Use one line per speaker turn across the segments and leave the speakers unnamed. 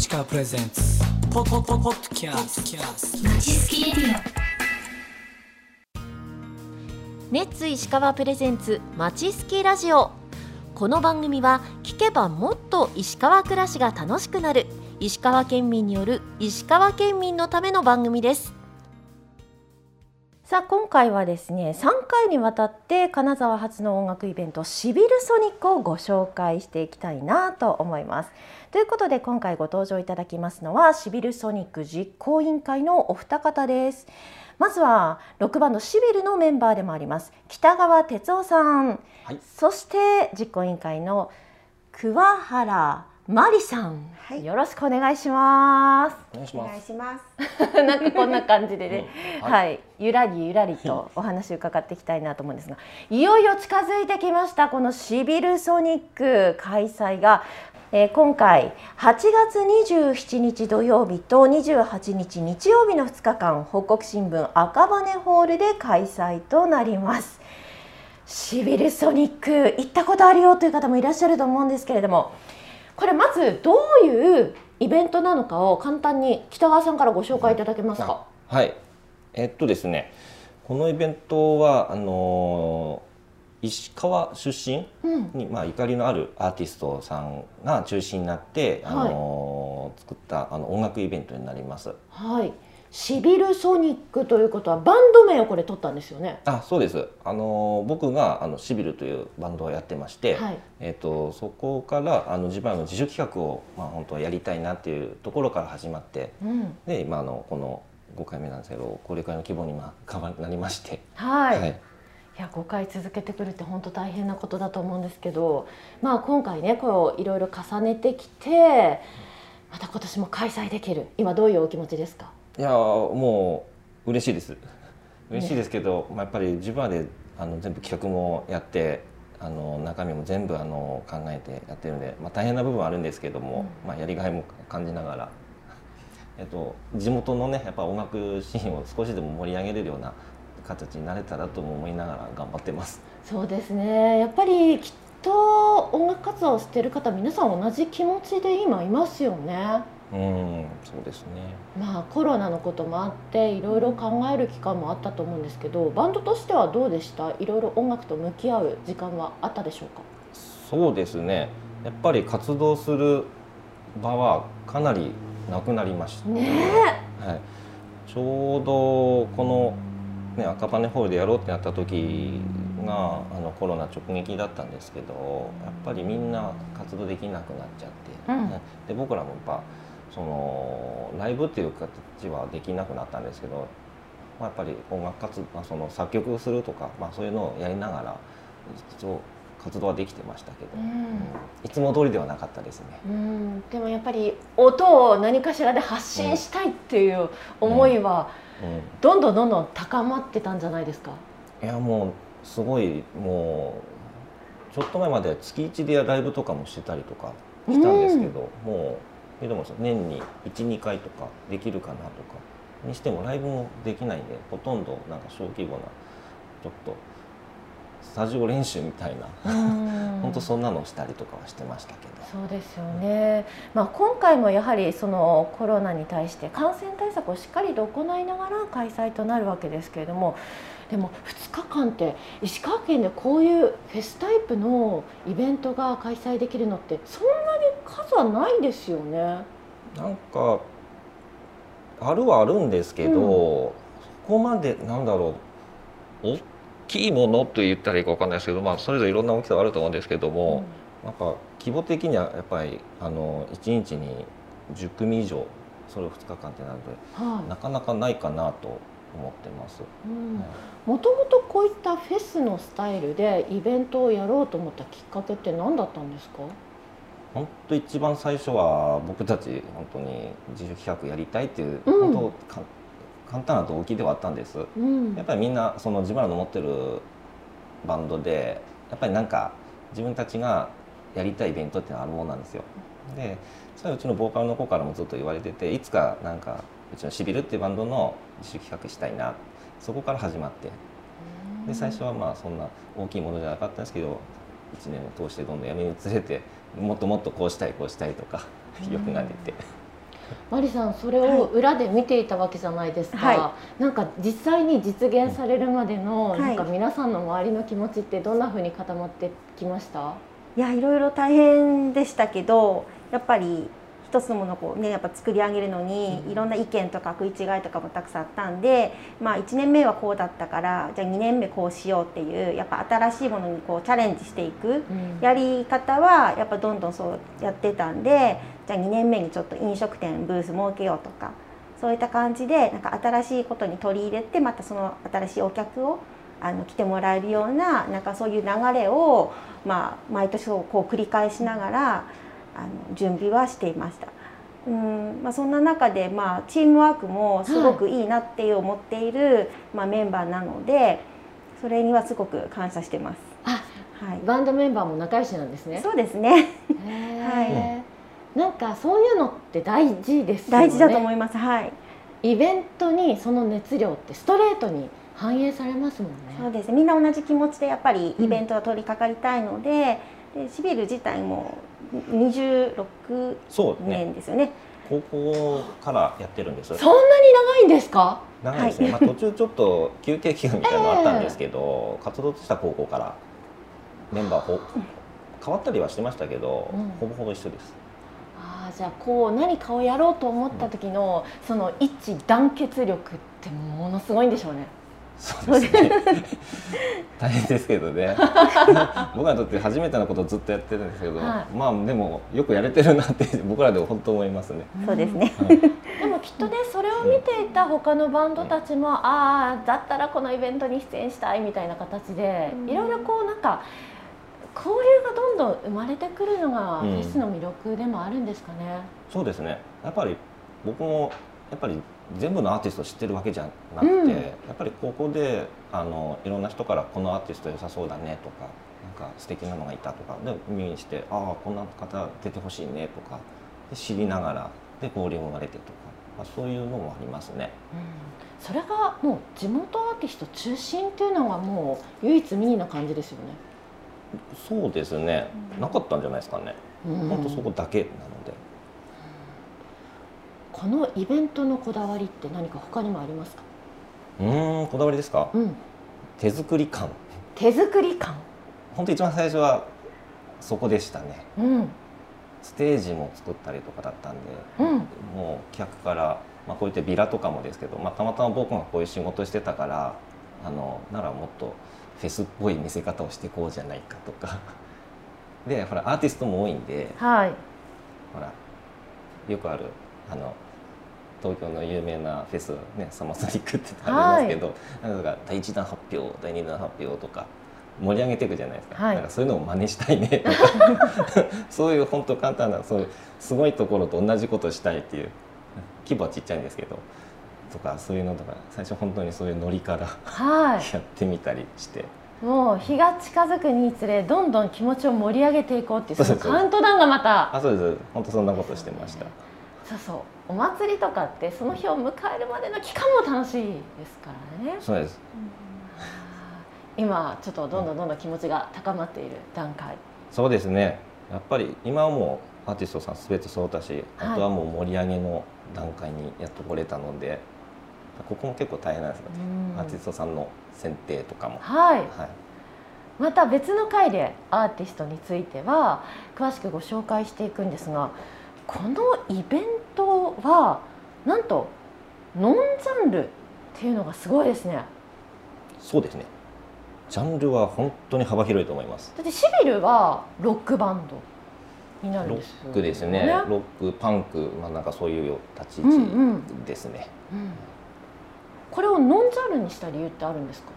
川プレゼンツポッドキャスト
まちすきレディ
ネッツ石川プレゼンツまちすきラジオ。この番組は聞けばもっと石川暮らしが楽しくなる石川県民による石川県民のための番組です。さあ今回はですね、3回にわたって金沢発の音楽イベントシビルソニックをご紹介していきたいなと思います。ということで今回ご登場いただきますのはシビルソニック実行委員会のお二方です。まずはロックバンドシビルのメンバーでもあります北川哲夫さん、
はい、そ
して実行委員会の桑原真理さん、
はい、
よろしくお願いします。
お願いします。
なんかこんな感じでね、
はい、
はい、ゆらりゆらりとお話を伺っていきたいなと思うんですが、いよいよ近づいてきましたこのシビルソニック開催が、今回8月27日土曜日と28日日曜日の2日間北国新聞赤羽ホールで開催となります。シビルソニック行ったことあるよという方もいらっしゃると思うんですけれども、これまずどういうイベントなのかを簡単に北川さんからご紹介いただけますか。
はい、ですね、このイベントは石川出身に、ゆかりのあるアーティストさんが中心になって、作った音楽イベントになります。
はい、シビルソニックということはバンド名をこれ取ったんですよね。
あ、そうです。僕がシビルというバンドをやってまして、はい、そこから自分の自主企画を、本当はやりたいなっていうところから始まって、で今この5回目なんですけど、これからの規模になりまして、
はい、いや5回続けてくるって本当大変なことだと思うんですけど、今回ねこういろいろ重ねてきてまた今年も開催できる、今どういうお気持ちですか。
いやもう嬉しいです。嬉しいですけど、やっぱり自分で全部企画もやって中身も全部考えてやってるので、大変な部分はあるんですけども、やりがいも感じながら、地元のねやっぱ音楽シーンを少しでも盛り上げれるような形になれたらとも思いながら頑張ってます。
そうですね、やっぱりきっと音楽活動をしている方皆さん同じ気持ちで今いますよね。
そうですね。
コロナのこともあっていろいろ考える期間もあったと思うんですけど、バンドとしてはどうでした？いろいろ音楽と向き合う時間はあったでしょうか？
そうですね、やっぱり活動する場はかなりなくなりましたね。はい、ちょうどこの、赤羽ホールでやろうってなった時がコロナ直撃だったんですけど、やっぱりみんな活動できなくなっちゃって、で僕らもやっぱライブっていう形はできなくなったんですけど、やっぱり音楽活動、作曲するとか、そういうのをやりながら一応活動はできてましたけど、いつも通りではなかったですね。
でもやっぱり音を何かしらで発信したいっていう思いはどんどん高まってたんじゃないですか？
いやもうすごい、もうちょっと前まで月1でライブとかもしてたりとかしたんですけど、もうでも年に 1,2 回とかできるかなとかにしてもライブもできないんで、ほとんどなんか小規模なちょっとスタジオ練習みたいな本当そんなのをしたりとかはしてましたけど。
そうですよね。今回もやはりそのコロナに対して感染対策をしっかりと行いながら開催となるわけですけれども、でも2日間って石川県でこういうフェスタイプのイベントが開催できるのってそんなに数はないですよね。
なんかあるはあるんですけど、そこまでなんだろう、大きいものと言ったらいいか分かんないですけど、それぞれいろんな大きさがあると思うんですけども、やっぱ規模的にはやっぱり1日に10組以上それを2日間ってなるので、なかなかないかなと思ってます。
もともとこういったフェスのスタイルでイベントをやろうと思ったきっかけって何だったんですか？
本当一番最初は僕たち本当に自主企画やりたいっていう、本当簡単な動機ではあったんです。やっぱりみんなその自分らの持ってるバンドでやっぱりなんか自分たちがやりたいイベントっていうのがあるものなんですよ。でそれはうちのボーカルの子からもずっと言われてて、いつかなんかうちのシビルっていうバンドの自主企画したいな、そこから始まって、で最初はそんな大きいものじゃなかったんですけど、1年を通してどんどん闇につれてもっともっとこうしたいとか欲が出て
マリさんそれを裏で見ていたわけじゃないですか、はい、なんか実際に実現されるまでの、なんか皆さんの周りの気持ちってどんな風に固まってきました？
いや、いろいろ大変でしたけど、やっぱり一つのものをこう、ね、やっぱ作り上げるのにいろんな意見とか食い違いとかもたくさんあったんで、まあ、1年目はこうだったからじゃあ2年目こうしようっていう、やっぱ新しいものにこうチャレンジしていくやり方はやっぱどんどんそうやってたんで、じゃあ2年目にちょっと飲食店ブース設けようとか、そういった感じでなんか新しいことに取り入れて、またその新しいお客を来てもらえるような、なんかそういう流れを、まあ、毎年こう繰り返しながら準備はしていました。まあ、そんな中で、まあ、チームワークもすごくいいなって思っている、まあ、メンバーなので、それにはすごく感謝してます。
はい、バンドメンバーも仲良しなんですね。
そうですね。
はい。なんかそういうのって大事ですよね。
大事だと思います。はい。
イベントにその熱量ってストレートに反映されますもんね。
そうです。みんな同じ気持ちでやっぱりイベントは取り掛かりたいので、シビル自体も26年ですよね。
高校からやってるんです。
そんなに長いんですか？
長いですね。まあ途中ちょっと休憩期間みたいなのあったんですけど、活動した高校からメンバー変わったりはしてましたけど、ほぼほぼ一緒です。
じゃあこう何かをやろうと思った時の、その一致団結力ってものすごいんでしょうね。
そうですね。大変ですけどね。僕らにとって初めてのことをずっとやってるんですけど、まあでもよくやれてるなって僕らでも本当思いますね。
そうですね。
でもきっとね、それを見ていた他のバンドたちも、ああだったらこのイベントに出演したいみたいな形で、いろいろこうなんか交流がどんどん生まれてくるのがフェスの魅力でもあるんですかね。
そうですね。やっぱり僕もやっぱり全部のアーティストを知ってるわけじゃなくて、やっぱりここでいろんな人からこのアーティスト良さそうだねとか、なんか素敵なのがいたとかで耳にして、ああこんな方出てほしいねとかで知りながらで交流も生まれてとか、まあ、そういうのもありますね。
それがもう地元アーティスト中心っていうのがもう唯一無二な感じですよね。
そうですね。なかったんじゃないですかね。本当そこだけなので。
このイベントのこだわりって何か他にもありますか？
こだわりですか？手作り感。
手作り感。
本当一番最初はそこでしたね。ステージも作ったりとかだったんで、もう客から、まあ、こういったビラとかもですけど、まあ、たまたま僕がこういう仕事してたからならもっとフェスっぽい見せ方をしていこうじゃないかとかで、ほらアーティストも多いんで、ほらよくある東京の有名なフェスね、サマーソニックってありますけど、なんか第1弾発表第2弾発表とか盛り上げていくじゃないですか。なんかそういうのを真似したいねとかそういう本当簡単な、そういうすごいところと同じことをしたいっていう、規模はちっちゃいんですけどとか、そういうのとか最初本当にそういうノリからやってみたりして。
もう日が近づくにつれどんどん気持ちを盛り上げていこうっていう、そのカウントダウンがまた。
そうです。本当そんなことしてました。
そうそう、お祭りとかってその日を迎えるまでの期間も楽しいですからね。
そうです。
今ちょっとどんどん気持ちが高まっている段階。
そうですね。やっぱり今はもうアーティストさん全てそうだし、あとはもう盛り上げの段階にやっと来れたので、ここも結構大変なんですよね。アーティストさんの選定とかも。
また別の回でアーティストについては詳しくご紹介していくんですが、このイベントはなんとノンジャンルっていうのがすごいですね。
そうですね。ジャンルは本当に幅広いと思います。
だってシビルはロックバンドになるんですよね。
ロックですね。ロック、パンク、まあなんかそういう立ち位置ですね。
これをノンジャンルにした理由ってあるんですか？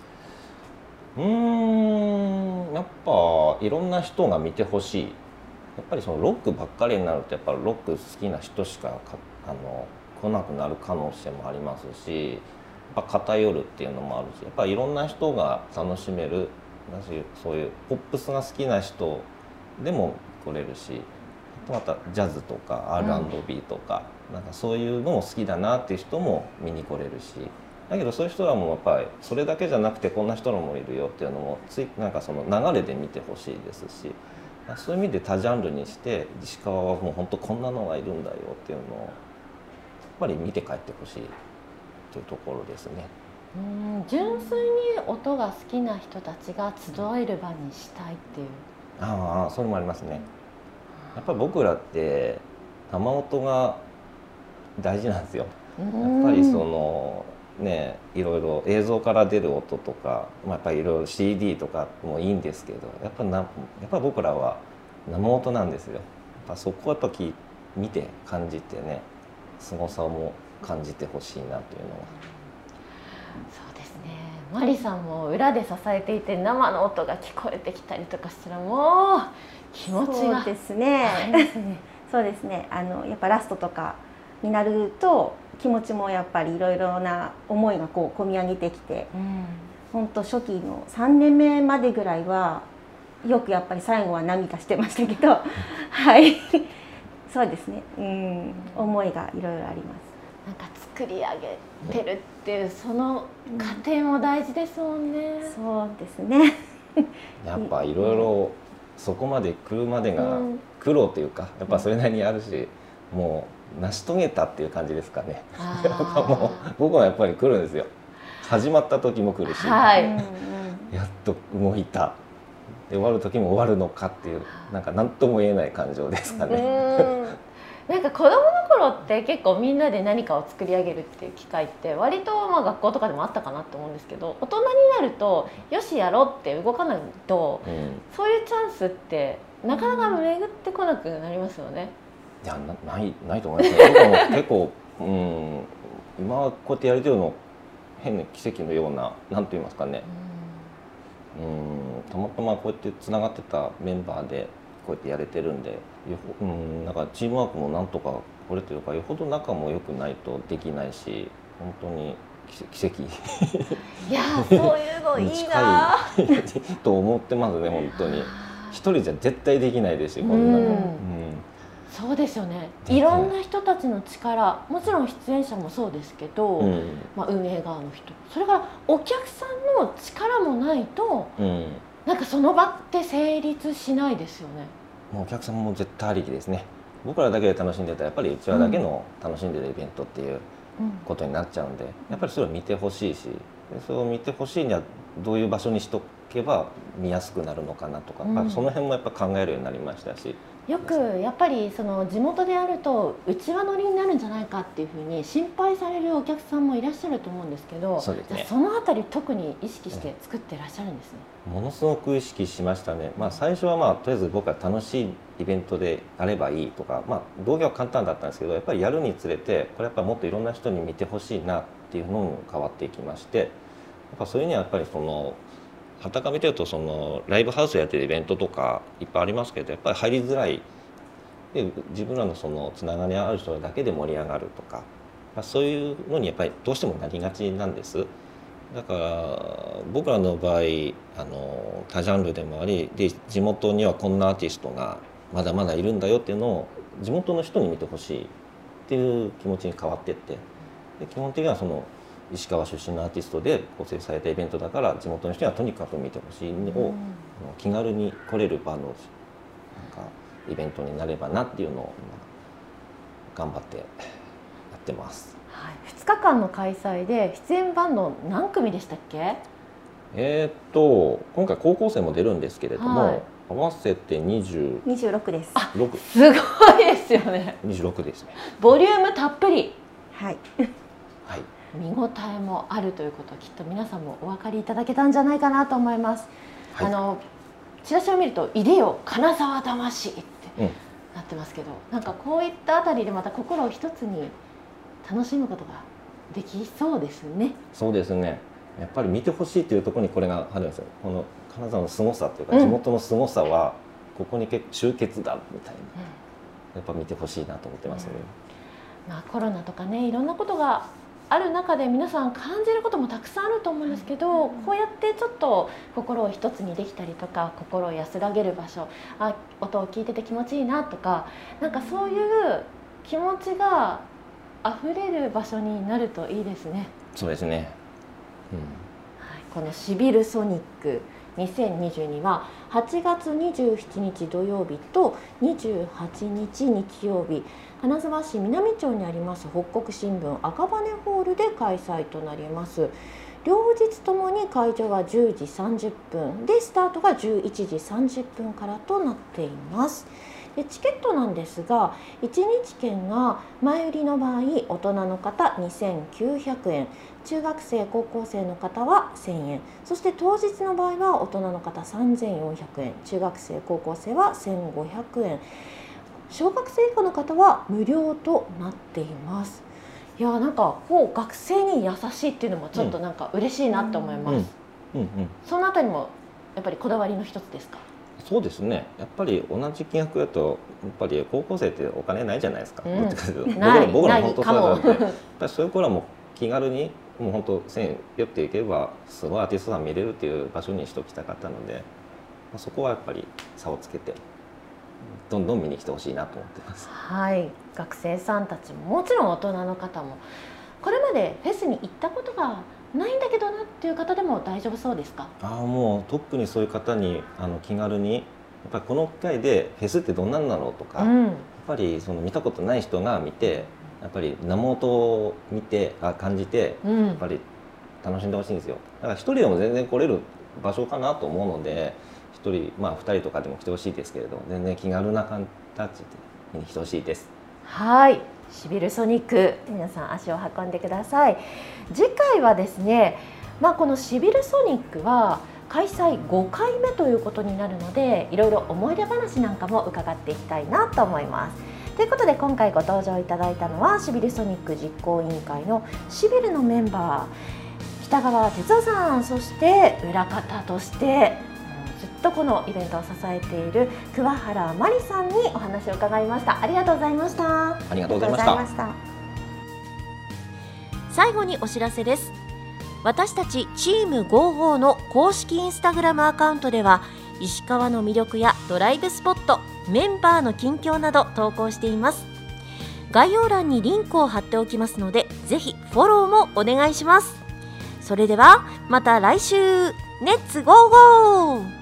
やっぱいろんな人が見てほしい。やっぱりそのロックばっかりになるとやっぱロック好きな人しか来なくなる可能性もありますし、やっぱ偏るっていうのもあるし、やっぱりいろんな人が楽しめる、そういうポップスが好きな人でも来れるし、またジャズとか R&B とか、なんかそういうのも好きだなっていう人も見に来れるし、だけどそういう人はもうやっぱりそれだけじゃなくてこんな人もいるよっていうのもなんかその流れで見てほしいですし、そういう意味で多ジャンルにして石川はもう本当こんなのがいるんだよっていうのをぱり見て帰ってほしいというところですね。
純粋に音が好きな人たちが集える場にしたいっていう。
ああ、それもありますね。やっぱり僕らって生音が大事なんですよ。やっぱりそのね、いろいろ映像から出る音とか、やっぱりいろいろ CD とかもいいんですけど、やっぱ僕らは生音なんですよ。やっぱそこはやっぱ見て感じてね、凄さも感じてほしいなというのは。
そうですね。マリさんも裏で支えていて生の音が聞こえてきたりとかしたらもう気持ちが。
そうですね。そうですね。やっぱラストとかになると気持ちもやっぱりいろいろな思いがこう込み上げてきて、本当初期の3年目までぐらいはよくやっぱり最後は涙してましたけど、はい、そうですね。思いがいろいろあります。
なんか作り上げてるっていうその過程も大事ですもんね。
そうですね。
やっぱいろいろそこまで来るまでが苦労というか、やっぱそれなりにあるし、もう成し遂げたっていう感じですかね。やっぱもう僕はやっぱり来るんですよ。始まった時も来るし、
はい、
やっと動いた。で終わる時も終わるのかっていう、なんか何とも言えない感情ですかね。
なんか子供の頃って結構みんなで何かを作り上げるっていう機会って割とまあ学校とかでもあったかなと思うんですけど、大人になるとよしやろうって動かないと、そういうチャンスってなかなか巡ってこなくなりますよね。
いや、ないと思いますね。僕も結構今こうやってやれてるの変な奇跡のような、なんと言いますかね、たまたまこうやってつながってたメンバーでこうやってやれてるんで、なんかチームワークもなんとかこれというか、よほど仲も良くないとできないし、本当に奇跡
いやそういうのいいな
と思ってますね。本当に一人じゃ絶対できないですし、こんなの。
そうですよね。いろんな人たちの力、もちろん出演者もそうですけど、運営側の人、それからお客さんの力もないと、なんかその場って成立しないですよね。
もうお客さんも絶対ありきですね。僕らだけで楽しんでたらやっぱりうちわだけの楽しんでるイベントっていうことになっちゃうんで、やっぱりそれを見てほしいし、それを見てほしいにはどういう場所にしとけば見やすくなるのかなとか、その辺もやっぱ考えるようになりましたし。
よくやっぱりその地元でやるとうちわ乗りになるんじゃないかっていうふうに心配されるお客さんもいらっしゃると思うんですけど、そのあたり特に意識して作ってらっしゃるんですね。
ものすごく意識しましたね。最初はとりあえず僕は楽しいイベントであればいいとか、道具は簡単だったんですけど、やっぱりやるにつれてこれやっぱりもっといろんな人に見てほしいなっていうのも変わっていきまして、やっぱそれにはやっぱりその傍から見てるとそのライブハウスやってるイベントとかいっぱいありますけど、やっぱり入りづらい。で自分らのそのつながりある人だけで盛り上がるとか、そういうのにやっぱりどうしてもなりがちなんです。だから僕らの場合多ジャンルでもありで、地元にはこんなアーティストがまだまだいるんだよっていうのを地元の人に見てほしいっていう気持ちに変わっていって、で基本的にはその石川出身のアーティストで構成されたイベントだから、地元の人にはとにかく見てほしいのを、気軽に来れる場のなんかイベントになればなっていうのを頑張ってやってます。
はい、2日間の開催で出演バンド何組でしたっけ？
今回高校生も出るんですけれども、合わせて
26です。
すごいですよね。
26ですね。
ボリュームたっぷり。
はい。
はい。
見応えもあるということはきっと皆さんもお分かりいただけたんじゃないかなと思います。チラシを見ると「いでよ金沢魂」ってなってますけど、なんかこういったあたりでまた心を一つに楽しむことができそうですね。
そうですね。やっぱり見てほしいというところにこれがあるんですよ。この金沢の凄さというか、地元の凄さはここに集結だみたいな、やっぱ見てほしいなと思ってますね。
コロナとかね、いろんなことがある中で皆さん感じることもたくさんあると思うんですけど、こうやってちょっと心を一つにできたりとか、心を安らげる場所、音を聞いてて気持ちいいなとか、なんかそういう気持ちが溢れる場所になるといいですね。
そうですね。
このしびるソニック 2022は8月27日土曜日と28日日曜日、金沢市南町にあります北国新聞赤羽ホールで開催となります。両日ともに会場は10時30分で、スタートが11時30分からとなっています。でチケットなんですが、1日券が前売りの場合大人の方2900円、中学生高校生の方は1000円、そして当日の場合は大人の方3400円、中学生高校生は1500円、小学生以下の方は無料となっています。いやなんかこう学生に優しいっていうのもちょっとなんか嬉しいなって思います。そのあたりもやっぱりこだわりの一つですか？
そうですね。やっぱり同じ金額だとやっぱり高校生ってお金ないじゃないですか。どっちかというと僕らも本当そうなんで、やっぱりそういう頃はもう気軽にもう本当1000円寄っていけばすごいアーティストさん見れるっていう場所にしておきたかったので、そこはやっぱり差をつけてどんどん見に来てほしいなと思ってます。
はい、学生さんたちももちろん大人の方も、これまでフェスに行ったことがないんだけどなっていう方でも大丈夫そうですか？
もう特にそういう方に気軽にやっぱりこの機会でフェスってどんなんだろうとか、やっぱりその見たことない人が見て、やっぱり生音を見て感じて、やっぱり楽しんでほしいんですよ。だから一人でも全然来れる場所かなと思うので、一人2人とかでも来てほしいですけれど、全然気軽な形で見に来てほしいです。
はい、シビルソニック皆さん足を運んでください。次回はですね、このシビルソニックは開催5回目ということになるので、いろいろ思い出話なんかも伺っていきたいなと思います。ということで今回ご登場いただいたのはシビルソニック実行委員会のシビルのメンバー北川哲夫さん、そして裏方としてずっとこのイベントを支えている桑原真理さんにお話を伺いました。ありがとうございました。
ありがとうございました。
最後にお知らせです。私たちチーム55の公式インスタグラムアカウントでは、石川の魅力やドライブスポット、メンバーの近況など投稿しています。概要欄にリンクを貼っておきますので、ぜひフォローもお願いします。それではまた来週、レッツゴーゴー。